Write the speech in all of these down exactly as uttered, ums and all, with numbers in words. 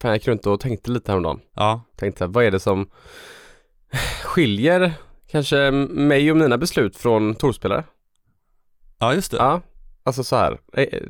För jag gick runt och tänkte lite häromdagen. Ja. Tänkte, vad är det som skiljer kanske mig och mina beslut från torspelare? Ja, just det. Ja, alltså så här.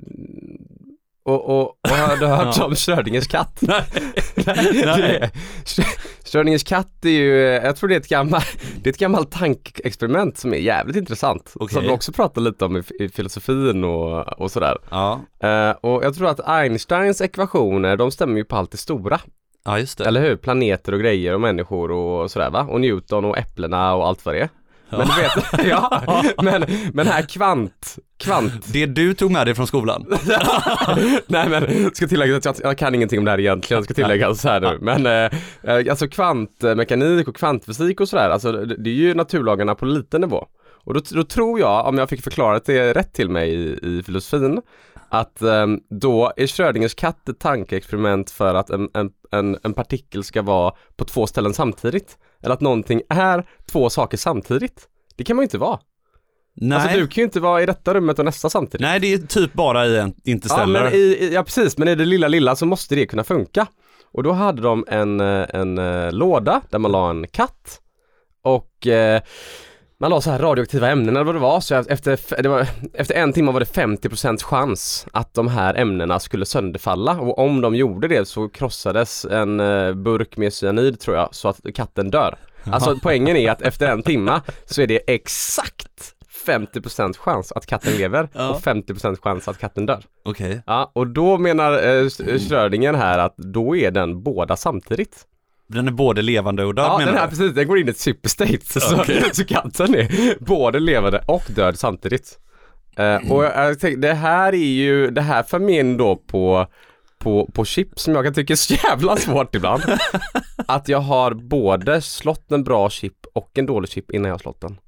Och, och, och har du hört ja. om Schrödingers katt? Nej. Nej. Schrödingers katt är ju, jag tror det är ett gammalt, det är ett gammalt tankexperiment som är jävligt intressant. Okay. Som vi också pratar lite om i, i filosofin och, och sådär. Ja. Uh, och jag tror att Einsteins ekvationer, de stämmer ju på allt det stora. Ja, just det. Eller hur? Planeter och grejer och människor och sådär, va? Och Newton och äpplena och allt vad det är. Ja. Men du vet, ja, men, men här kvant, kvant. Det du tog med dig från skolan. Nej, men ska tillägga att jag, jag kan ingenting om det här egentligen, jag ska tillägga så här nu. Men eh, alltså kvantmekanik och kvantfysik och sådär, alltså det, det är ju naturlagarna på liten nivå. Och då, då tror jag, om jag fick förklarat det rätt till mig i, i filosofin, att eh, då är Schrödingers katt ett tankeexperiment för att en, en, en, en partikel ska vara på två ställen samtidigt. Eller att någonting är två saker samtidigt. Det kan man ju inte vara. Nej. Alltså du kan ju inte vara i detta rummet och nästa samtidigt. Nej, det är typ bara i en Interstellar. Ja, men i, ja precis, men i det lilla lilla så måste det kunna funka. Och då hade de en, en, en låda där man la en katt. Och eh, man la så här radioaktiva ämnen eller vad det var. Så efter, det var, efter en timme var det femtio procent chans att de här ämnena skulle sönderfalla. Och om de gjorde det så krossades en eh, burk med cyanid, tror jag, så att katten dör. Alltså poängen är att efter en timme så är det exakt femtio procent chans att katten lever ja. och femtio procent chans att katten dör. Okej. Okay. Ja, och då menar eh, Schrödinger här att då är den båda samtidigt. Den är både levande och död, ja, menar den här, du? precis, den går in i ett superstate. Så, okay. så katten är både levande och död samtidigt. Eh, och jag tänkte, det här är ju, det här för mig in då på, på, på chip som jag kan tycka är så jävla svårt ibland. Att jag har både slått en bra chip och en dålig chip innan jag har slått den.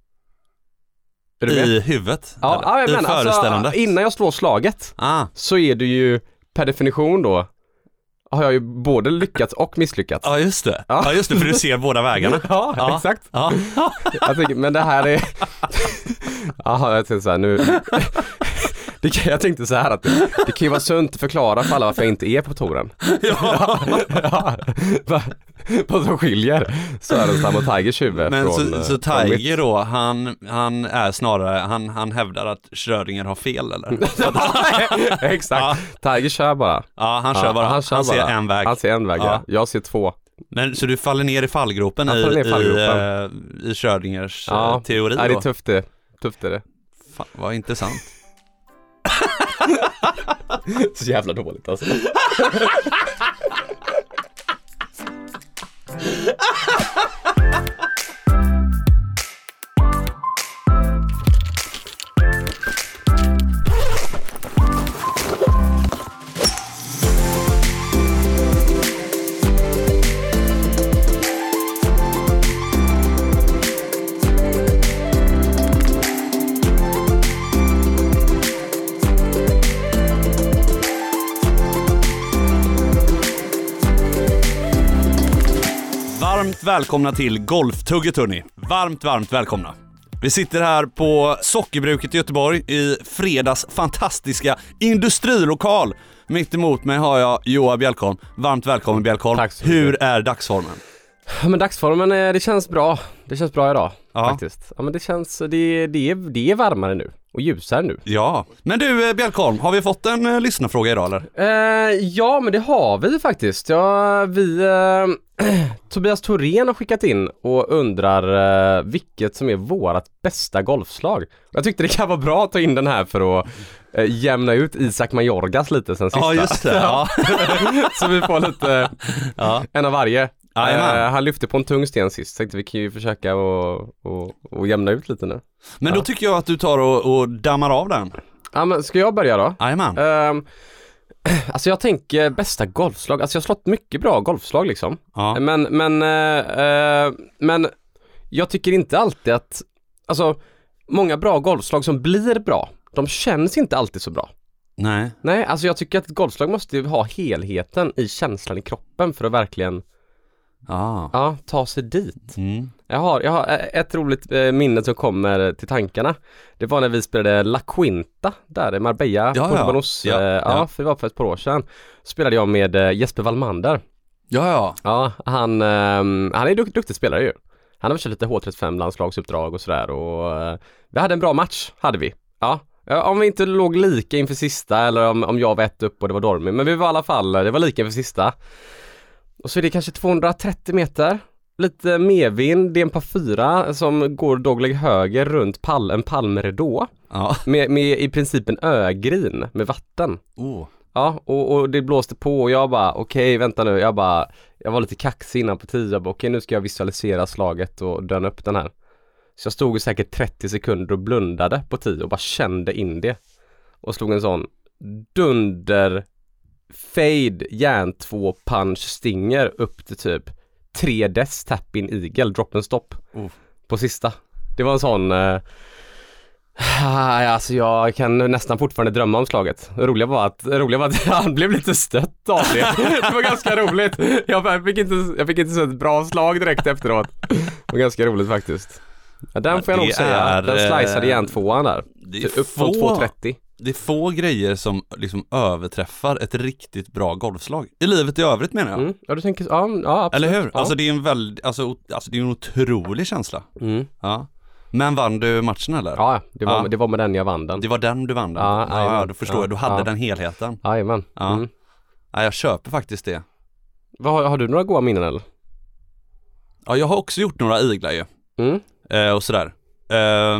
Är du med? I huvudet? Ja, ja jag I menar, föreställandet? Alltså, innan jag slår slaget ah. så är det ju per definition då har jag ju både lyckats och misslyckats. Ja, just det. Ja, ja just det, för du ser båda vägarna. Ja, ja, exakt. Ja. Jag tycker, men det här är... Jaha, jag tänkte så här, nu... Det kan, jag tänkte så här att det, det kan ju vara sunt att förklara för alla varför jag inte är på touren. Ja. Ja. Vad, vad som skiljer Sörenstam och Tigers huvud. Men från, så, så Tiger då, han, han är snarare, han, han hävdar att Schrödinger har fel, eller? Exakt. Ja. Tiger kör bara. Ja, han kör bara. Ja, han, kör han bara. ser en väg. Han ser en väg, ja. Ja. Jag ser två. Men så du faller ner i fallgropen i, ner i, fallgropen. i, i Schrödingers ja. teori då? Ja, det är tufft det. Tufft är det. Fan, vad intressant. Så jävla dåligt alltså. Varmt välkomna till Golftugget, hörni. Varmt, varmt välkomna. Vi sitter här på Sockerbruket i Göteborg i fredags fantastiska industrilokal. Mitt emot mig har jag Joa Bjälkholm. Varmt välkommen, Bjälkholm. Tack så Hur mycket. är dagsformen? Ja, men dagsformen, det känns bra. Det känns bra idag, ja. faktiskt. Ja, men det känns, det, det, är, det är varmare nu. Och ljusare nu. Ja. Men du, Bjälkholm, har vi fått en uh, lyssnarfråga idag, eller? Eh, ja, men det har vi faktiskt. Ja, vi... Eh, Tobias Thorén har skickat in och undrar eh, vilket som är vårat bästa golfslag. Jag tyckte det kan vara bra att ta in den här för att eh, jämna ut Isak Majorgas lite sen sista. Ja, just det. Ja. Så vi får lite... Ja. En av varje. Uh, han lyfte på en tung sten sist, så tänkte vi kan ju försöka och, och, och jämna ut lite nu. Men ja. Då tycker jag att du tar och, och dammar av den. Ja, men ska jag börja då? Jajamän. Um, alltså jag tänker bästa golfslag, alltså jag har slått mycket bra golfslag liksom. Ja. Men, men, uh, uh, men jag tycker inte alltid att, alltså många bra golfslag som blir bra, de känns inte alltid så bra. Nej. Nej, alltså jag tycker att ett golfslag måste ju ha helheten i känslan i kroppen för att verkligen Ah. ja, ta sig dit. Mm. Jag har, jag har ett roligt eh, minne som kommer till tankarna. Det var när vi spelade La Quinta där i Marbella. Ja, ja. Banos, ja, eh, ja. ja, för det var för ett par år sedan. Spelade jag med eh, Jesper Wallmander. Ja, ja. Ja, han, eh, han är dukt, duktig spelare ju. Han har kört lite H trettiofem landslagsuppdrag och sådär och eh, vi hade en bra match, hade vi. Ja, om vi inte låg lika inför sista eller om, om jag var ett upp och det var Dormi, men vi var i alla fall, det var lika inför sista. Och så är det kanske tvåhundratrettio meter, lite medvind, det är en par fyra som går dogleg höger runt pall, en palmredå Ja. med, med i princip en ögrin med vatten. Oh. Ja, och, och det blåste på och jag bara, okej, okay, vänta nu, jag bara, jag var lite kaxig innan på tio, jag bara, okej, okay, nu ska jag visualisera slaget och döna upp den här. Så jag stod i säkert trettio sekunder och blundade på tio och bara kände in det. Och slog en sån dunder fade järn två punch stinger upp till typ tre dess tap in eagle, drop and stop oh. på sista. Det var en sån eh, alltså jag kan nästan fortfarande drömma om slaget. Det roliga var att, det roliga var att han blev lite stött av det. Det var ganska roligt. Jag fick inte, jag fick inte så ett bra slag direkt efteråt. Det var ganska roligt faktiskt. Ja, den ja, får jag nog säga. Är, den sliceade igen tvåan där. Det är upp från två trettio. Det är få grejer som liksom överträffar ett riktigt bra golfslag. I livet i övrigt menar jag. Mm. Ja, du tänker, ja, ja absolut. Eller hur? Ja. Alltså det är en väldigt, alltså, alltså det är en otrolig känsla. Mm. Ja. Men vann du matchen eller? Ja, det var, ja. det var med den jag vann den. Det var den du vann den? Ja, ja, ja då förstår ja, jag. Du hade ja. den helheten. Jajamän. Ja. Mm. Ja, jag köper faktiskt det. Vad, har, har du några goda minnen eller? Ja, jag har också gjort några iglar ju. Mm. Eh, och sådär. Eh,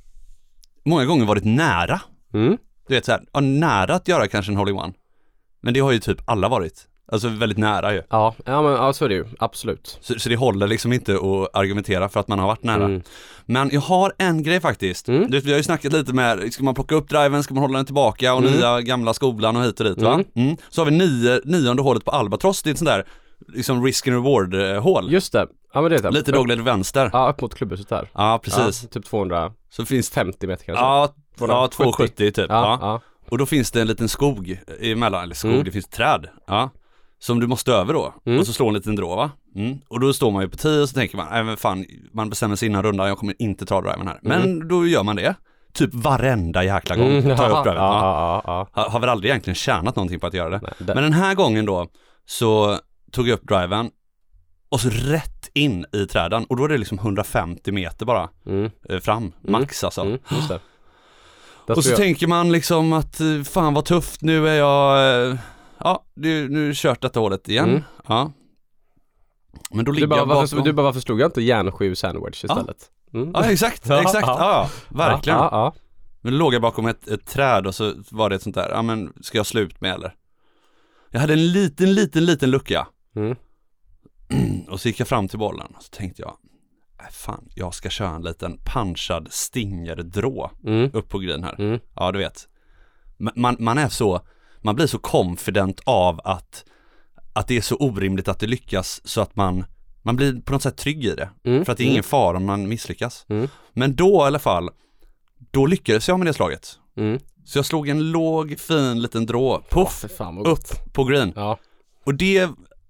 många gånger varit nära. Mm. Du vet såhär, ja, nära att göra kanske en hole-in-one. Men det har ju typ alla varit. Alltså väldigt nära ju. Ja, ja men ja, så är det ju. Absolut. Så, så det håller liksom inte att argumentera för att man har varit nära. Mm. Men jag har en grej faktiskt. Mm. Du, vi har ju snackat lite med, ska man plocka upp driven, ska man hålla den tillbaka och mm. nya gamla skolan och hit och dit va? Mm. Mm. Så har vi nio, nionde hålet på Albatross, det är ett sånt där liksom risk and reward-hål. Just det. Ja, men det är det. Lite dåligt vänster. Ja, upp mot klubbhuset där. Ja, precis. Ja, typ tvåhundrafemtio så finns meter kanske. Ja, ja tvåhundrasjuttio typ. Ja, ja. Ja. Och då finns det en liten skog emellan, eller skog, mm. det finns träd. Ja. Som du måste över då. Mm. Och så slår en liten drå va? Mm. Och då står man ju på tio och så tänker man, nej men fan, man bestämmer sig innan rundan, jag kommer inte ta driven här. Men mm. då gör man det. Typ varenda jäkla gång mm. tar jag upp driven. Ja, ja, ja, ja. Har, har väl aldrig egentligen tjänat någonting på att göra det. Nej, det. Men den här gången då så tog jag upp driven och så rätt in i träden. Och då är det liksom hundrafemtio meter bara mm. fram, max alltså. Mm. Just det. Och så jag... tänker man liksom att fan vad tufft, nu är jag... Ja, du, nu har du kört detta hålet igen. Mm. Ja. Men då ligger du bara, jag bakom... varför, du bara, varför slog jag inte järn sju sandwich istället? Ja, mm. ja exakt, exakt. Ja, ja verkligen. Ja, ja. Men då låg jag bakom ett, ett träd och så var det ett sånt där, ja men ska jag slut med eller? Jag hade en liten, liten, liten lucka. Mm. Och så gick jag fram till bollen och så tänkte jag, nej fan, jag ska köra en liten punchad stingerdrå mm. upp på green här. Mm. Ja, du vet. Man, man är så... Man blir så confident av att, att det är så orimligt att det lyckas så att man, man blir på något sätt trygg i det. Mm. För att det är ingen fara om man misslyckas. Mm. Men då i alla fall, då lyckades jag med det slaget. Mm. Så jag slog en låg, fin liten drå, puff, oh, upp på green. Ja. Och det,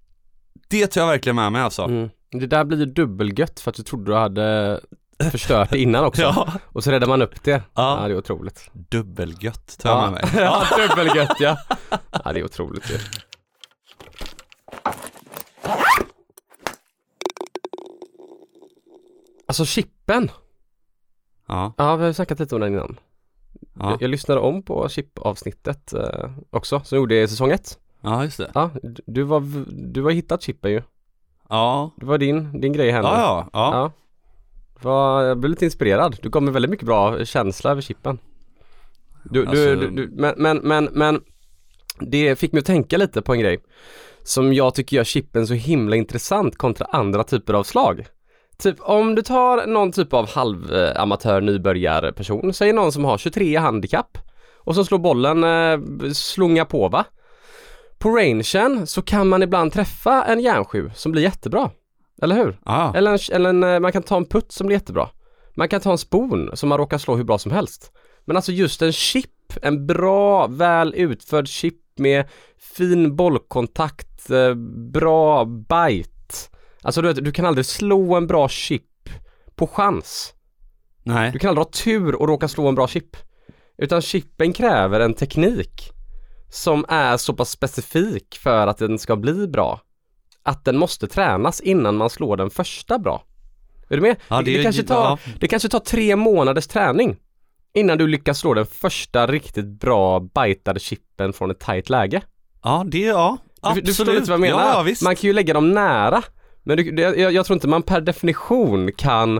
det tar jag verkligen med mig alltså. Mm. Det där blir ju dubbelgött för att du trodde du hade... förstört det innan också. Ja. Och så räddar man upp det. Ja, ja det är otroligt. Dubbelgött tar jag ja. med mig. Ja, dubbelgött, ja. Ja, det är otroligt. Ja. Alltså chippen. Ja. Ja, vi har snackat lite om den innan. Ja. Jag, jag lyssnade om på chip-avsnittet eh, också, som gjorde i säsong ett. Ja, just det. Ja, du var, du var hittat chippen ju. Ja. Det var din, din grej här nu. Ja, ja. ja. ja. Var, jag blev lite inspirerad. Du gav mig väldigt mycket bra känsla över chippen. Du, alltså... du, du, du, men, men, men, men det fick mig att tänka lite på en grej som jag tycker gör chippen så himla intressant kontra andra typer av slag. Typ om du tar någon typ av halvamatör nybörjarperson, säg någon som har tjugotre handikapp och som slår bollen eh, slunga på va. På rangen så kan man ibland träffa en järnsju som blir jättebra. Eller hur? Ah. Eller, en, eller en, man kan ta en putt som blir jättebra. Man kan ta en spon som man råkar slå hur bra som helst. Men alltså just en chip, en bra, väl utförd chip med fin bollkontakt, eh, bra bite. Alltså du, du kan aldrig slå en bra chip på chans. Nej. Du kan aldrig ha tur och råka slå en bra chip. Utan chippen kräver en teknik som är så pass specifik för att den ska bli bra. att den måste tränas innan man slår den första bra. Är du med? Ja, det, det, det, kanske tar, ja. det kanske tar tre månaders träning innan du lyckas slå den första riktigt bra bitade chippen från ett tight läge. Ja, det är ja. Du, du förstår lite vad jag menar? Ja, visst. Man kan ju lägga dem nära. Men du, jag, jag tror inte man per definition kan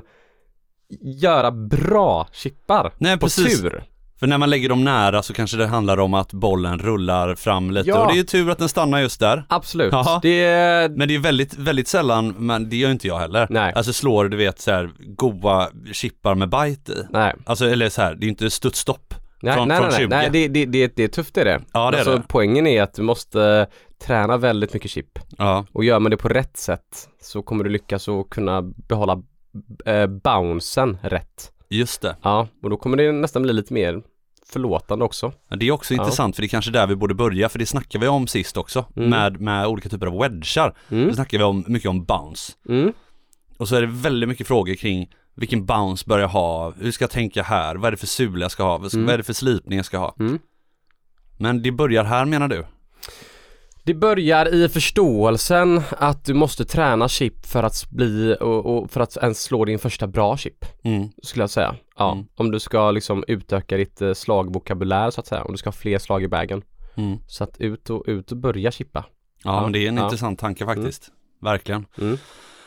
göra bra chippar. Nej, på precis. tur. För när man lägger dem nära så kanske det handlar om att bollen rullar fram lite. Ja. Och det är ju tur att den stannar just där. Absolut. Jaha. Det är... Men det är väldigt, väldigt sällan, men det gör inte jag heller. Nej. Alltså slår du vet så här goa chippar med bite i. Nej. Alltså eller så här, det är inte studsstopp. Nej, från, nej, från nej, tjugo. nej, det, det, det, det är tufft, det är det. Ja, det är alltså, det. Poängen är att du måste träna väldigt mycket chip. Ja. Och gör man det på rätt sätt så kommer du lyckas att kunna behålla eh, bouncen rätt. Just det. Ja, och då kommer det nästan bli lite mer förlåtande också. Ja, det är också Ja. intressant för det är kanske där vi borde börja, för det snackar vi om sist också. Mm. Med, med olika typer av wedgar. Mm. Då snackar vi om, mycket om bounce. Mm. Och så är det väldigt mycket frågor kring vilken bounce bör jag ha, hur ska jag tänka här, vad är det för sula jag ska ha, vad, ska, Mm. vad är det för slipning jag ska ha. Mm. Men det börjar här menar du? Det börjar i förståelsen att du måste träna chip för att bli och, och för att ens slå din första bra chip, Mm. skulle jag säga. Ja, Mm. om du ska liksom utöka ditt eh, slagvokabulär så att säga, om du ska ha fler slag i bagen. Mm. Så att ut och ut och börja chippa. Ja, Ja, men det är en ja. intressant tanke faktiskt. Verkligen. Mm.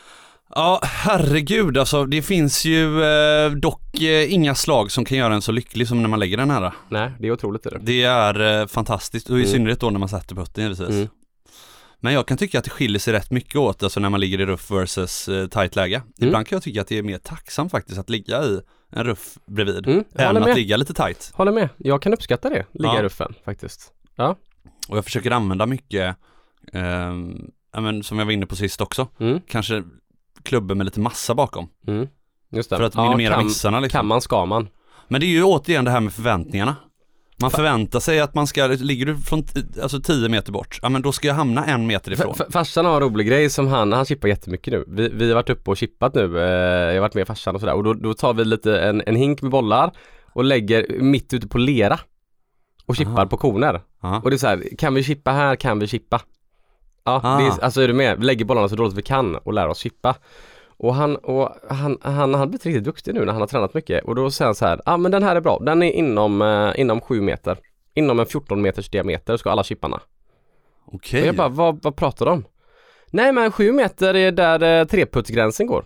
Ja, herregud alltså. Det finns ju eh, dock eh, inga slag som kan göra en så lycklig som när man lägger den här. Nej, det är otroligt är det. Det är eh, fantastiskt och i Mm. synnerhet då när man sätter putten givetvis. Mm. Men jag kan tycka att det skiljer sig rätt mycket åt, alltså när man ligger i ruff versus eh, tight läge. Mm. Ibland kan jag tycka att det är mer tacksamt faktiskt att ligga i en ruff bredvid Mm, jag än håller att med. ligga lite tight. Håller med. Jag kan uppskatta det, ligga Ja. i ruffen faktiskt. Ja. Och jag försöker använda mycket, eh, ja, men, som jag var inne på sist också, Mm. kanske klubbor med lite massa bakom. Mm. Just det. För att minimera kan, missarna liksom. kan man, ska man. Men det är ju återigen det här med förväntningarna. Man förväntar sig att man ska, ligger du från t- alltså tio meter bort, ja men då ska jag hamna en meter ifrån. F- farsan har en rolig grej som han, han chippar jättemycket nu. Vi, vi har varit uppe och chippat nu, eh, jag har varit med farsan och sådär. Och då, då tar vi lite en, en hink med bollar och lägger mitt ute på lera. Och chippar Aha. på koner. Ja. Och det är så här, kan vi chippa här, kan vi chippa. Ja, Ah. det är, alltså är du med? Vi lägger bollarna så dåligt vi kan och lär oss chippa. Och han, och han, han har blivit riktigt duktig nu när han har tränat mycket. Och då säger han så här, ja ah, men den här är bra. Den är inom, eh, inom sju meter. Inom en fjorton meters diameter ska alla chipparna. Okej. Och jag bara, vad, vad pratar du om? Nej men sju meter är där eh, treputtsgränsen går.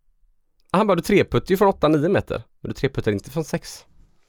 Han bara, du treputtar ju från åtta nio meter. Men du treputtar inte från sex.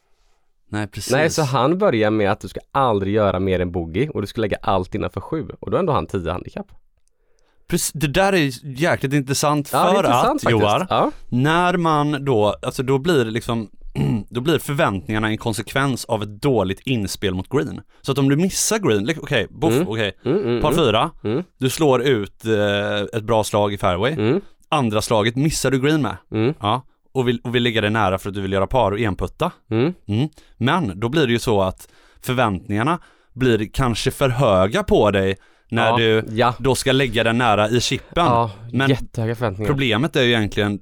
Nej, precis. Nej, så han börjar med att du ska aldrig göra mer än boogie. Och du ska lägga allt innanför sju. Och då är ändå han tio handikapp. Precis, det där är jäkligt intressant Ja, det är för intressant att, faktiskt. Joar, Ja. när man då, alltså då blir det liksom, då blir förväntningarna en konsekvens av ett dåligt inspel mot green. Så att om du missar green, okej, okay, boff, Mm. okej, Mm, mm, par mm. fyra, Mm. du slår ut eh, ett bra slag i fairway, Mm. andra slaget missar du green med, Mm. ja, och vill, och vill lägga dig nära för att du vill göra par och enputta. Mm. Mm. Men då blir det ju så att förväntningarna blir kanske för höga på dig när Ja. du Ja. då ska lägga den nära i chippen. Ja, Men jättehöga förväntningar. problemet är ju egentligen,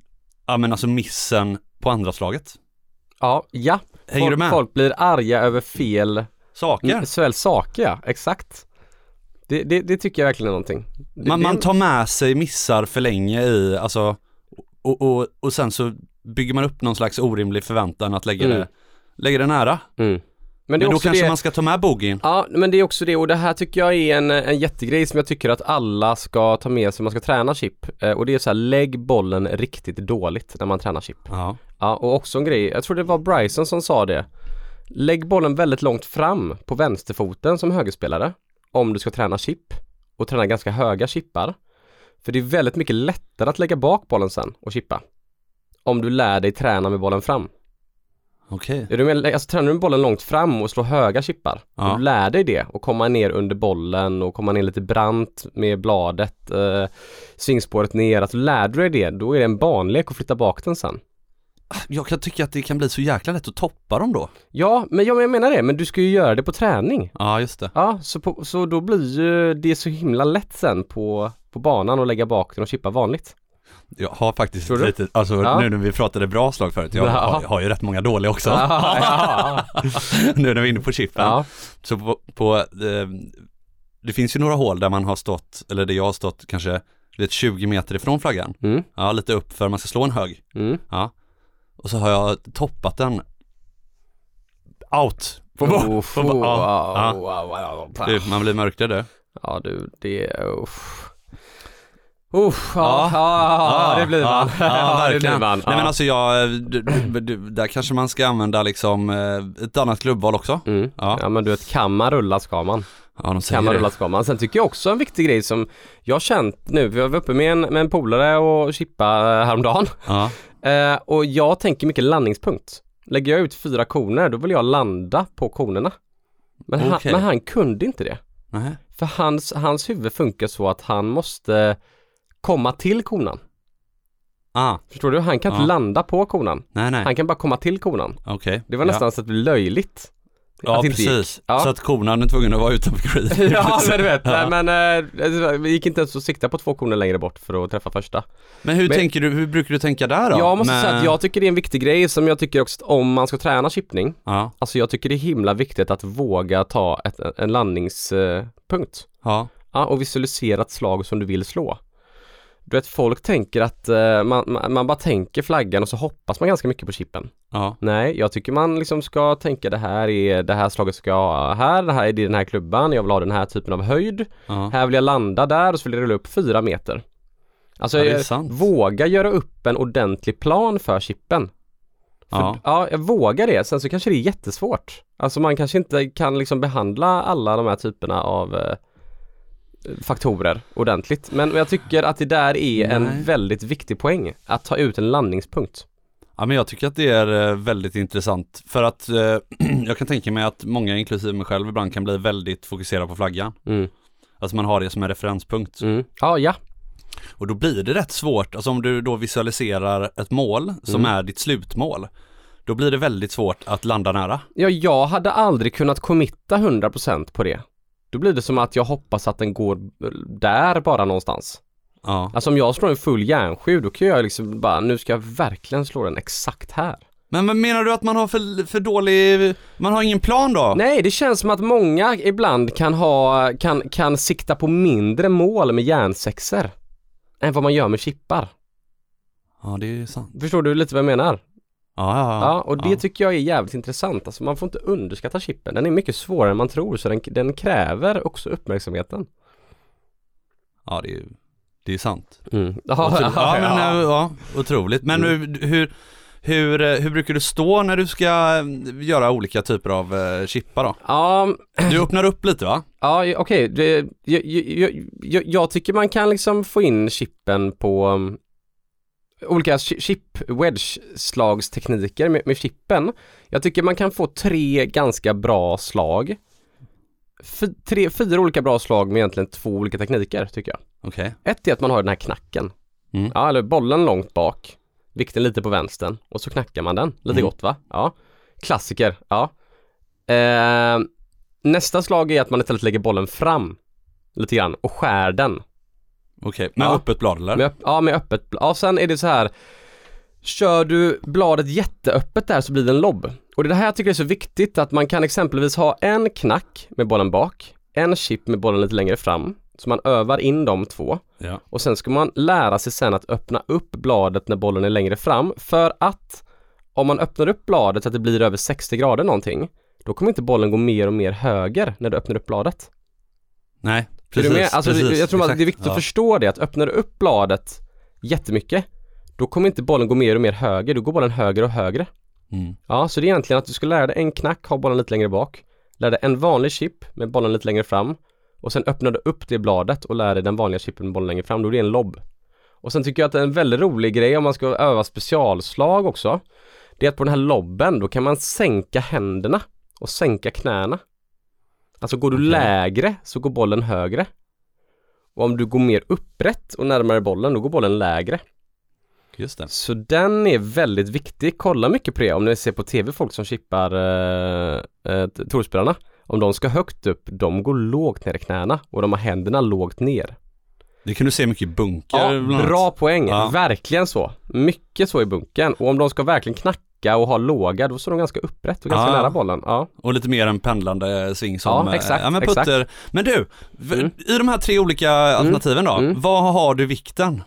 ja men alltså missen på andra slaget. Ja, ja. Hänger folk, du med? folk blir arga över fel Saker. såväl saker, ja, exakt. Det, det, det tycker jag verkligen är någonting. Det, Man, det, man tar med sig missar för länge i, alltså, och, och, och sen så bygger man upp någon slags orimlig förväntan att lägga, Mm. det, lägga det nära. Mm. Men Men, det är då också kanske det, man ska ta med boogien. Ja, men det är också det, och det här tycker jag är en, en jättegrej som jag tycker att alla ska ta med sig om man ska träna chip. Eh, och det är så här, lägg bollen riktigt dåligt när man tränar chip. Ja. Ja, och också en grej, jag tror det var Bryson som sa det. Lägg bollen väldigt långt fram på vänsterfoten som högerspelare om du ska träna chip och träna ganska höga chippar. För det är väldigt mycket lättare att lägga bak bollen sen och chippa. Om du lär dig träna med bollen fram. Okej. Är du med, alltså tränar du bollen långt fram och slår höga chippar. Ja. Och du lär dig det och komma ner under bollen och komma ner lite brant med bladet, eh, svingspåret ner. Att du lär dig det, då är det en banlek att flytta bak den sen. Jag kan tycka att det kan bli så jäkla lätt att toppa dem då. Ja, men jag, jag menar det, men du ska ju göra det på träning. Ja, just det. Ja, så, på, så då blir ju det så himla lätt sen på, på banan och lägga bak den och chippa vanligt. Jag har faktiskt Tror du? lite, alltså Ja. nu när vi pratade bra slag förut, jag Ja. har, jag har ju rätt många dåliga också. Ja, ja, Nu när vi är inne på chippen. ja. Så på, på eh, det finns ju några hål där man har stått, eller där jag har stått kanske vet, tjugo meter ifrån flaggan. Mm. Ja, lite upp för man ska slå en hög. Mm. Ja. Och så har jag toppat den out. På, Oh, på, oh, på, wow, ja. wow, wow, wow. Du, man blir mörkrädd du. Ja du, det är... Uff. Uff, ja, ja, ja, det blir man. Ja, ja, verkligen. Det blir man. Nej Ja. men alltså jag, du, du, du, där kanske man ska använda liksom ett annat klubbval också. Mm. Ja. Ja men du vet, kan man rulla ska man. Ja, de säger Kan man det. rulla ska man. Sen tycker jag också en viktig grej som jag har känt nu, vi var uppe med en, med en polare och chippa häromdagen. Ja. Eh, och jag tänker mycket landningspunkt. Lägger jag ut fyra koner, då vill jag landa på konerna. Men, Okej. han, men han kunde inte det. Nej. För hans, hans huvud funkar så att han måste komma till konan. Ah, Förstår du? Han kan inte Ja. landa på konan. nej nej. Han kan bara komma till konan. Okej. Det var nästan så att det blev löjligt. Ja, att det inte gick. precis. Ja. Så att konan är tvungen att vara utanför green. Ja, men du vet. Ja. Nej, men eh, vi gick inte ens att sikta på två koner längre bort för att träffa första. Men hur Men- tänker du, hur brukar du tänka där då? Jag måste Men- säga att jag tycker det är en viktig grej som jag tycker också att om man ska träna chippning. Ja, Alltså jag tycker det är himla viktigt att våga ta ett, en landningspunkt. ja, Ja, och visualisera ett slag som du vill slå. Du vet, folk tänker att eh, man, man, man bara tänker flaggan och så hoppas man ganska mycket på chippen. ja. Nej, jag tycker man liksom ska tänka det här är det här slaget ska jag ha här, det här är den här klubban, jag vill ha den här typen av höjd. ja. Här vill jag landa där och så vill jag rulla upp fyra meter. Alltså Ja, det är jag- sant. våga göra upp en ordentlig plan för chippen. För, Ja. ja, jag vågar det. Sen så kanske det är jättesvårt. Alltså man kanske inte kan liksom behandla alla de här typerna av eh, faktorer ordentligt. Men jag tycker att det där är Nej. en väldigt viktig poäng. Att ta ut en landningspunkt. Ja, men jag tycker att det är eh, väldigt intressant för att eh, jag kan tänka mig att många, inklusive mig själv, ibland kan bli väldigt fokuserade på flaggan. Mm. Alltså man har det som en referenspunkt. Mm. Ja, ja. Och då blir det rätt svårt, alltså om du då visualiserar ett mål som Mm. är ditt slutmål, då blir det väldigt svårt att landa nära. Ja, jag hade aldrig kunnat committa hundra procent på det. Då blir det som att jag hoppas att den går där bara någonstans. Ja. Alltså om jag slår en full järnsju, då kan jag liksom bara, nu ska jag verkligen slå den exakt här. Men, men menar du att man har för, för dålig, man har ingen plan då? Nej, det känns som att många ibland kan ha, kan, kan sikta på mindre mål med järnsexer än vad man gör med chippar. Ja, det är sant. Förstår du lite vad jag menar? Ja, ja, Ja, och det ja. tycker jag är jävligt intressant. Alltså man får inte underskatta chippen. Den är mycket svårare än man tror, så den, den kräver också uppmärksamheten. Ja, det är ju, det är sant. Mm. Ja, Otro- ja, men, ja. ja. ja, otroligt. Men Mm. hur, hur, hur, hur brukar du stå när du ska göra olika typer av uh, chippar då? Ja, Du öppnar upp lite va? ja okej. Det- Jag, jag, jag, jag tycker man kan liksom få in chippen på um, olika chi- chip-wedge-slagstekniker med, med chippen. Jag tycker man kan få tre ganska bra slag. F- tre, fyra olika bra slag med egentligen två olika tekniker tycker jag. Okej. Ett är att man har den här knacken. Mm. Ja, eller bollen långt bak. Vikten lite på vänstern. Och så knackar man den. Lite Mm. gott va? Ja. Klassiker. Ja. Eh, nästa slag är att man istället lägger bollen fram. Lite grann. Och skär den. Okej, med Ja. öppet blad eller? Med, öpp- ja, med öppet. bl- Ja, sen är det så här. Kör du bladet jätteöppet där så blir det en lobb. Och det här jag tycker är så viktigt, att man kan exempelvis ha en knack med bollen bak. En chip med bollen lite längre fram. Så man övar in de två. Ja. Och sen ska man lära sig sen att öppna upp bladet när bollen är längre fram. För att om man öppnar upp bladet så att det blir över sextio grader någonting, då kommer inte bollen gå mer och mer höger när du öppnar upp bladet. Nej, Är precis. du med? Alltså, precis, jag tror att exakt. det är viktigt Ja. att förstå det, att öppnar du upp bladet jättemycket, då kommer inte bollen gå mer och mer höger, då går bollen högre och högre. Mm. Ja, så det är egentligen att du ska lära dig en knack, ha bollen lite längre bak. Lär dig en vanlig chip med bollen lite längre fram. Och sen öppnar du upp det bladet och lär dig den vanliga chippen med bollen längre fram. Då är det en lobb. Och sen tycker jag att det är en väldigt rolig grej om man ska öva specialslag också. Det är att på den här lobben, då kan man sänka händerna och sänka knäna. Alltså går du Okej. lägre så går bollen högre. Och om du går mer upprätt och närmare bollen, då går bollen lägre. Just det. Så den är väldigt viktig. Kolla mycket på det om ni ser på tv folk som chippar eh, eh, torspelarna. Om de ska högt upp, de går lågt ner i knäna och de har händerna lågt ner. Det kan du se mycket i bunker. Ja, bland annat. bra poäng. Ja. Verkligen så. Mycket så i bunken. Och om de ska verkligen knacka backa och ha låga, då står de ganska upprätt och ganska Ja. nära bollen. Ja. Och lite mer en pendlande sving som... Ja, exakt, ja, men putter. exakt. Men du, v- Mm. i de här tre olika alternativen då, Mm. vad har du vikten?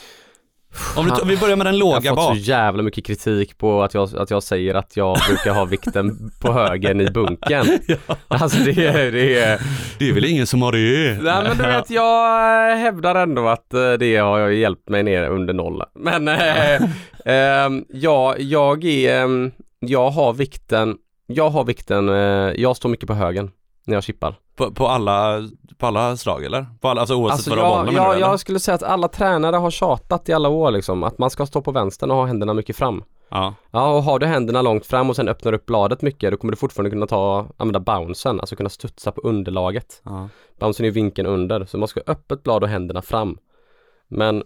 Om, du, om vi börjar med den Jag låga har fått bak. så jävla mycket kritik på att jag, att jag säger att jag brukar ha vikten på högen i bunken. Ja. Alltså det är... Det är Det är väl ingen som har det? Nej men du vet, jag hävdar ändå att eh, det har jag hjälpt mig ner under noll. Men äh, äh, ja, jag är, äh, jag har vikten, jag har vikten, äh, jag står mycket på högen när jag chippar. På, på, alla, på alla slag eller? På alla, alltså oavsett Alltså vad du har jag, bollen med jag, nu, eller? jag skulle säga att alla tränare har tjatat i alla år liksom, att man ska stå på vänstern och ha händerna mycket fram. Ja. Ja, och har du händerna långt fram och sen öppnar upp bladet mycket, då kommer du fortfarande kunna ta, använda bouncen, alltså kunna studsa på underlaget. Ja. Bouncen är ju vinkeln under, så man ska ha öppet blad och händerna fram. Men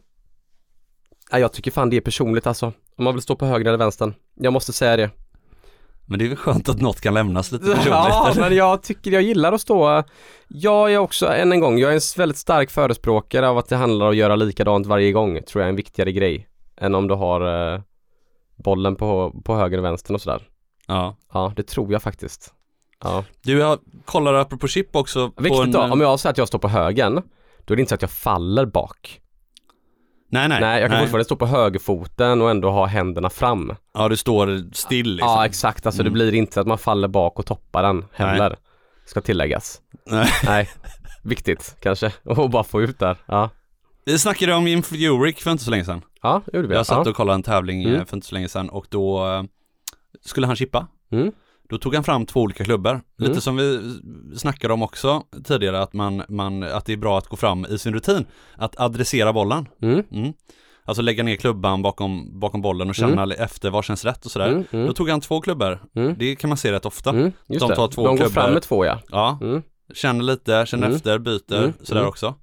ja, jag tycker fan det är personligt alltså, om man vill stå på höger eller vänstern. Jag måste säga det. Men det är väl skönt att något kan lämnas lite personligt. Ja, men jag tycker jag gillar att stå. Jag är också, än en gång, jag är en väldigt stark förespråkare av att det handlar om att göra likadant varje gång, tror jag är en viktigare grej än om du har eh, bollen på, på höger och vänster och sådär. Ja. Ja, det tror jag faktiskt. Ja. Du, jag kollar apropå chip också. På Viktigt en, då, om jag säger att jag står på högen, då är det inte så att jag faller bak. Nej, nej. Nej, jag kan fortfarande stå på högerfoten och ändå ha händerna fram. Ja, du står still liksom. Ja, exakt. Alltså Mm. det blir inte att man faller bak och toppar den heller. Ska tilläggas. Nej. Nej, viktigt kanske. Och bara få ut där. Ja, Vi snackade om Jim Furyk för inte så länge sedan. ja det gjorde vi. Jag satt ja. och kollade en tävling Mm. mm. för inte så länge sedan och då eh, skulle han chippa. Mm. Då tog han fram två olika klubbor. Mm. Lite som vi snackade om också tidigare, att, man, man, att det är bra att gå fram i sin rutin. Att adressera bollen. Mm. Mm. Alltså lägga ner klubban bakom, bakom bollen och känna Mm. efter vad känns rätt och sådär. Mm. Mm. Då tog han två klubbor. Mm. Det kan man se rätt ofta. Mm. Just De det. tar två De går klubbor. fram med två, ja. Ja, Mm. känner lite, känner Mm. efter, byter, Mm. sådär Mm. också.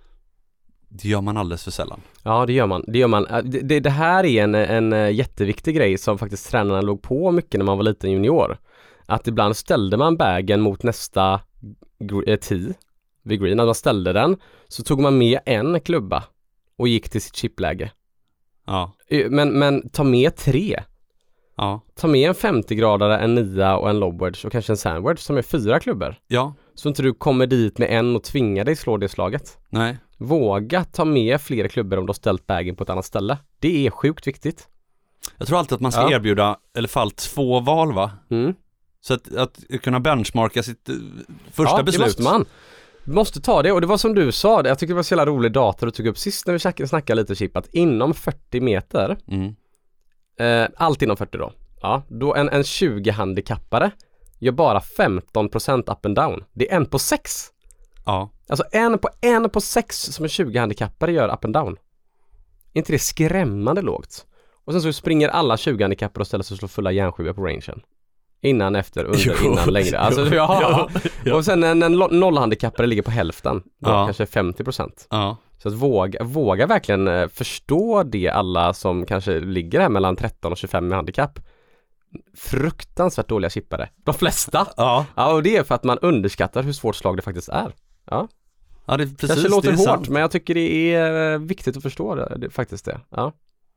Det gör man alldeles för sällan. Ja, det gör man. Det gör man. Det, det, det här är en, en jätteviktig grej som faktiskt tränarna låg på mycket när man var liten junior. Att ibland ställde man bagen mot nästa gr- tee vid green. När man ställde den så tog man med en klubba och gick till sitt chipläge. Ja, Men, men ta med tre. ja, Ta med en femtio-gradare, en nia och en lobwedge och kanske en sandwedge som är fyra klubbor. ja, Så inte du kommer dit med en och tvingar dig slå det slaget. nej. Våga ta med fler klubbor om du har ställt bagen på ett annat ställe. Det är sjukt viktigt. Jag tror alltid att man ska Ja. erbjuda i alla fall två val, va? Mm. Så att, att kunna benchmarka sitt eh, första ja, beslut. det måste man. Du måste ta det, och det var som du sa, jag tycker det var så jävla rolig data du tog upp sist när vi snackade, snackade lite chip, att inom fyrtio meter, Mm. eh, allt inom fyrtio då, ja, då en, en tjugo-handikappare gör bara femton procent up and down. Det är en på sex. Ja, Alltså en på en på sex som en tjugo-handikappare gör up and down. Är inte det skrämmande lågt? Och sen så springer alla tjugo-handikappare och ställer sig och slår fulla järnsjuor på rangen. Innan, efter, under, Jo, innan, längre. Alltså, jo, ja. ja, ja. Och sen en, en lo- nollhandikappare ligger på hälften. Då Ja. kanske femtio procent. ja, Så att våga, våga verkligen eh, förstå det, alla som kanske ligger här mellan tretton och tjugofem med handikapp. Fruktansvärt dåliga chippare. De flesta. ja. Ja, och det är för att man underskattar hur svårt slag det faktiskt är. Ja. Ja, det är precis, Kanske låter det är hårt, sant. men jag tycker det är eh, viktigt att förstå det, det faktiskt det. Ja.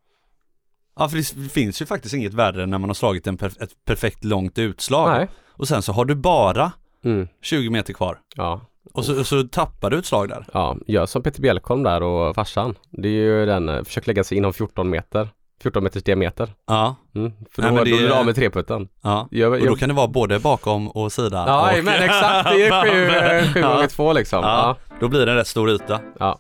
Ja, för det finns ju faktiskt inget värre när man har slagit en perf- ett perfekt långt utslag. Nej. Och sen så har du bara Mm. tjugo meter kvar. Ja. Och så, och så tappar du ett slag där. Ja, gör som Peter Bjelkholm där och farsan. Det är ju den, eh, försök lägga sig inom fjorton meter. fjorton meters diameter. Ja, Mm. För Nej, då, men det då blir är- du av med treputten. ja. Jag, Och då jag, kan det vara både bakom och sida. ja, och... men exakt. Det är sju, eh, sju Ja. gånger två liksom. Ja, Ja. då blir det en rätt stor yta. Ja.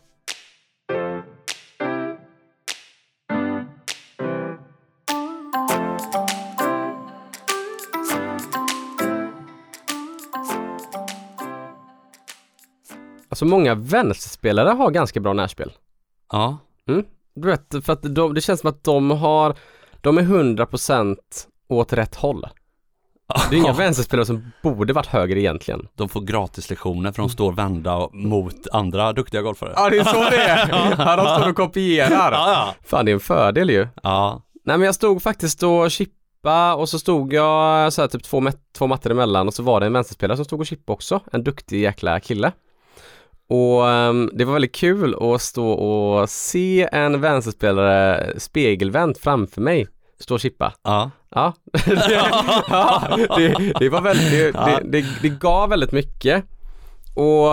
Alltså många vänsterspelare har ganska bra närspel. Ja, Du vet, för att de, det känns som att de har, de är hundra procent åt rätt håll. Det är inga vänsterspelare som borde varit höger egentligen. de får gratis lektioner för de står vända mot andra duktiga golfare. Ja, det är så det är. Ja, de står och kopierar. ja. Fan, det är en fördel ju. Ja, Nej, men jag stod faktiskt och chippa och så stod jag så här typ två, mat- två mattor emellan och så var det en vänsterspelare som stod och chippa också. En duktig jäkla kille. Och um, det var väldigt kul att stå och se en vänsterspelare spegelvänt framför mig stå och chippa. ja. Ja, det, ja, det, det var väldigt, det, Ja. det, det, det gav väldigt mycket. Och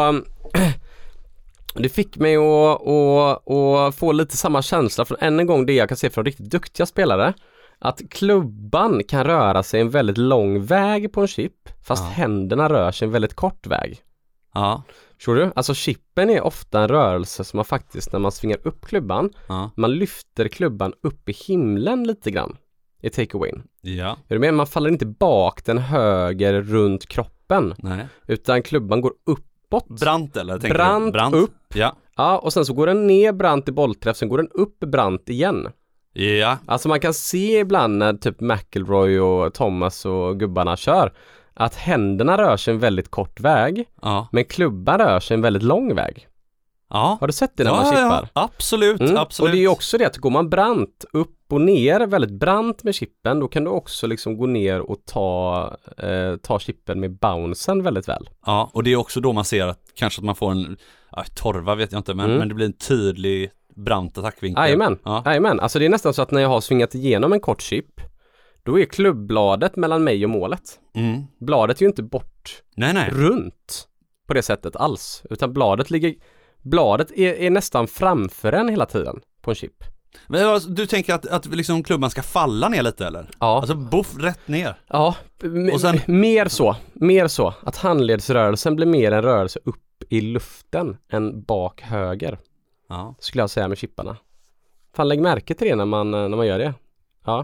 det fick mig att, att, att få lite samma känsla från än en gång det jag kan se från riktigt duktiga spelare. Att klubban kan röra sig en väldigt lång väg på en chip, fast Ja. händerna rör sig en väldigt kort väg. Ja. Förstår du? Alltså chippen är ofta en rörelse som man faktiskt, när man svingar upp klubban, Ja. man lyfter klubban upp i himlen lite grann i takeawayn. Ja. Är du med? Man faller inte bak den höger runt kroppen, Nej. utan klubban går uppåt. Brant eller? Tänker Brant, du? Brant upp. Ja. Ja, och sen så går den ner brant i bollträff, sen går den upp brant igen. Ja. Alltså man kan se ibland när typ McIlroy och Thomas och gubbarna kör, att händerna rör sig en väldigt kort väg, Ja. men klubban rör sig en väldigt lång väg. Ja. Har du sett det när Ja, man ja, chippar? ja. Absolut, Mm. absolut. Och det är ju också det att går man brant upp och ner, väldigt brant med chippen, då kan du också liksom gå ner och ta, eh, ta chippen med bouncen väldigt väl. Ja, och det är också då man ser att kanske att man får en, ja, torva vet jag inte, men, Mm. men det blir en tydlig brant attackvinkel. Jajamän, Ja. jajamän. Alltså det är nästan så att när jag har svingat igenom en kort chip, då är klubbladet mellan mig och målet. Mm. Bladet är ju inte bort Nej, nej. runt på det sättet alls, utan bladet ligger, bladet är, är nästan framför en hela tiden på en chip. Men alltså, du tänker att, att liksom klubban ska falla ner lite eller? Ja. Alltså buff rätt ner. Ja, m- Och sen- mer så, mer så att handledsrörelsen blir mer en rörelse upp i luften än bak höger, Ja. skulle jag säga med chipparna. Fan, lägg märke till det när man, när man gör det. Ja,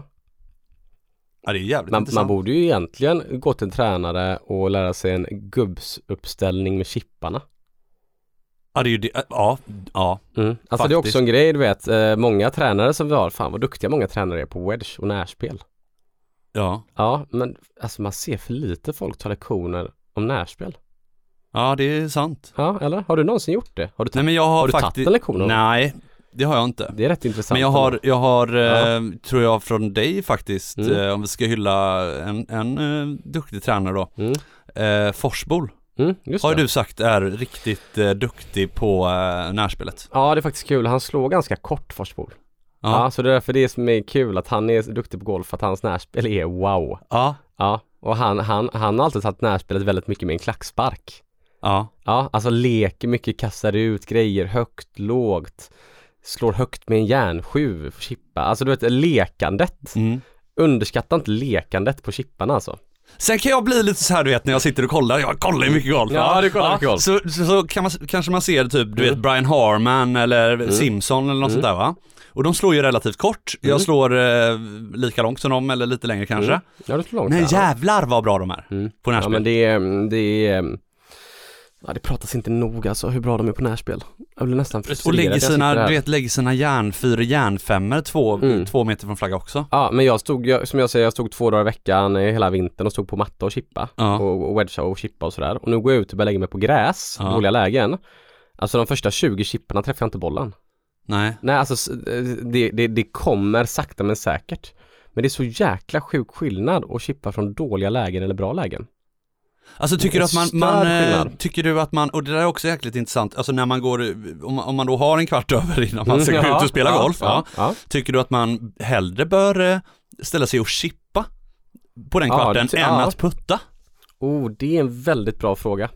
Ja, det är jävligt man, intressant. man borde ju egentligen gå till en tränare och lära sig en gubbsuppställning med chipparna. Ja, det är ju det. Ja, ja. Mm. Alltså det är också en grej, du vet, eh, många tränare som vi har, fan vad duktiga många tränare är på wedge och närspel. Ja. Ja, men alltså man ser för lite folk ta lektioner om närspel. Ja, det är sant. Ja, eller? Har du någonsin gjort det? Har du, Nej, men jag har, har du faktiskt... tagit en lektion om det? Nej, det har jag inte. Det är rätt intressant. Men jag har, jag har Ja. eh, tror jag från dig faktiskt, Mm. eh, om vi ska hylla en, en eh, duktig tränare då, Mm. eh, Forsbol, Mm, just har det. du sagt är riktigt eh, duktig på eh, närspelet. Ja, det är faktiskt kul. Han slår ganska kort Forsbol. Ja. Ja. Så det är därför det som är kul, att han är duktig på golf, att hans närspel är wow. Ja. Ja, och han, han, han har alltid tagit närspelet väldigt mycket med en klackspark. Ja. Ja, alltså leker mycket, kastar ut grejer högt, lågt, slår högt med en järnsju för chippa. Alltså du vet, lekandet. Mm. Underskatta inte lekandet på chipparna alltså. Sen kan jag bli lite så här, du vet, när jag sitter och kollar, jag kollar ju mycket golf. Ja, du kollar mycket golf. Så, så, så kan man, kanske man ser typ, du Mm. vet, Brian Harman eller Mm. Simpson eller något Mm. sånt där, va? Och de slår ju relativt kort. Mm. Jag slår eh, lika långt som dem eller lite längre kanske. Mm. Ja, det slår långt. Men ja. jävlar vad bra de är Mm. på Ja, närspel. men det är, det är, ja, det pratas inte nog alltså hur bra de är på närspel. Jag blir nästan frustrerad. Och lägger Jag sitter sina, här. du vet, lägger sina järnfyr, järnfemmor två, Mm. två meter från flagga också. Ja, men jag stod, jag, som jag säger, jag stod två dagar i veckan eh, hela vintern och stod på matta och chippa. Ja. Och, och wedga och chippa och sådär. Och nu går jag ut och börjar lägga mig på gräs, Ja. dåliga lägen. Alltså de första tjugo chipparna träffar jag inte bollen. Nej. Nej, alltså s- det, det, det kommer sakta men säkert. Men det är så jäkla sjuk skillnad att chippa från dåliga lägen eller bra lägen. Alltså tycker du att man, Störd man eh, skillnad. tycker du att man, och det där är också jäkligt intressant, alltså när man går, om man, om man då har en kvart över innan man ska gå Mm, ja, ut och spela ja, golf, ja. ja. Tycker du att man hellre bör eh, ställa sig och chippa på den Ja, kvarten det- än ja. att putta? Oh, det är en väldigt bra fråga.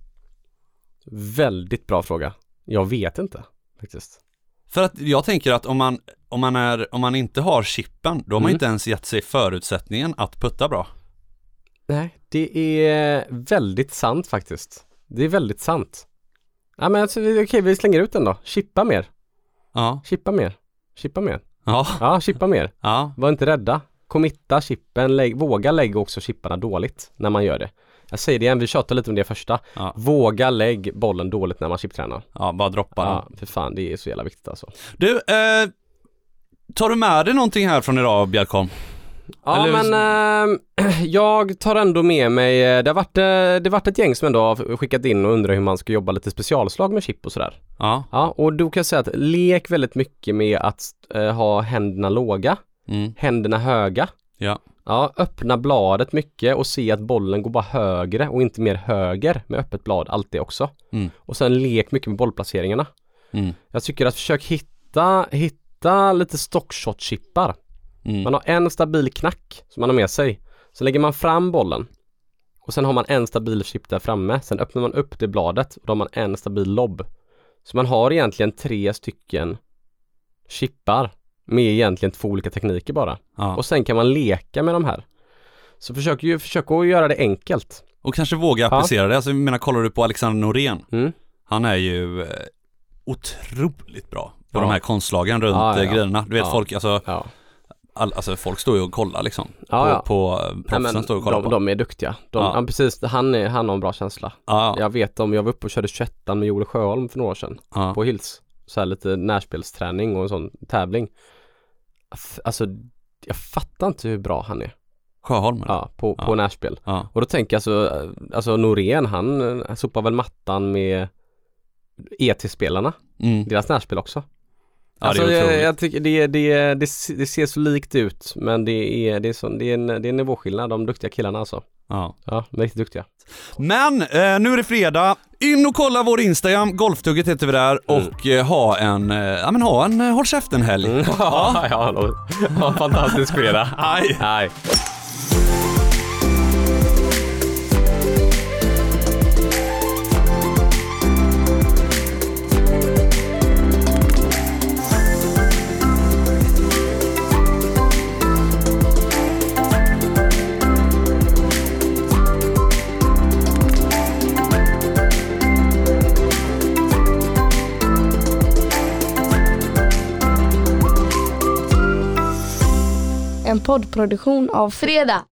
Väldigt bra fråga. Jag vet inte faktiskt. För att jag tänker att om man, om man, är, om man inte har chippen, då har man Mm. inte ens gett sig förutsättningen att putta bra. Nej, det är väldigt sant faktiskt. Det är väldigt sant. Ja, men alltså, vi- okej, vi slänger ut den då. Chippa mer. Ja, Chippa mer. Chippa mer. ja, Ja, chippa mer. ja. Var inte rädda. Committa chippen. Lägg, våga lägga också chipparna dåligt när man gör det. Jag säger det igen, vi tjatar lite om det första. Ja. Våga lägg bollen dåligt när man chiptränar. Ja, bara droppa den. Ja, för fan, det är så jävla viktigt alltså. Du, eh, tar du med dig någonting här från idag, Björkholm? Ja, Eller- men äh, jag tar ändå med mig, det har, varit, eh, det har varit ett gäng som ändå har skickat in och undrar hur man ska jobba lite specialslag med chip och sådär. Ja. Ja, och då kan jag säga att lek väldigt mycket med att eh, ha händerna låga, Mm. händerna höga. Ja. Ja, öppna bladet mycket och se att bollen går bara högre och inte mer höger med öppet blad alltid också. Mm. Och sen lek mycket med bollplaceringarna. Mm. Jag tycker att försök hitta, hitta lite stockshot-chippar. Mm. Man har en stabil knack som man har med sig. Så lägger man fram bollen. Och sen har man en stabil chip där framme. Sen öppnar man upp det bladet och då har man en stabil lobb. Så man har egentligen tre stycken chippar med egentligen två olika tekniker bara. Ja. Och sen kan man leka med de här. Så försök ju försök att göra det enkelt. Och kanske våga applicera ja. det. Alltså, jag menar, kollar du på Alexander Norén. Mm. Han är ju eh, otroligt bra på ja. de här konstslagen runt ja, ja, ja. grejerna. Du vet ja. folk, alltså, ja. all, alltså folk står ju och kollar liksom. Ja, på, ja. på proffsen står och kollar de, på. De är duktiga. De, ja. ja, precis, han, är, han har en bra känsla. Ja. Jag vet om jag var uppe och körde tjugoett med Joel Sjöholm för några år sedan. Ja. På Hills. Så här lite närspelsträning och en sån tävling. Alltså, jag fattar inte hur bra han är. Sjöholm? Ja, på, ja. på närspel. Ja. Och då tänker jag alltså, alltså Norén, han, han sopar väl mattan med E T-spelarna. Mm. Deras närspel också. Ja, alltså, det är jag, jag tycker det, det, det, det ser så likt ut, men det är, det är, så, det är, en, det är en nivåskillnad, de duktiga killarna alltså. Ja. Ja, de är riktigt duktiga. Men eh, nu är det fredag. In och kolla vår Instagram, Golftugget heter vi där, Mm. och eh, ha en, eh, ja men ha en eh, håll käften-helg. Mm. Ja, ja, ja, ja, fantastisk fredag. Hej. Hej. En poddproduktion av Fredag.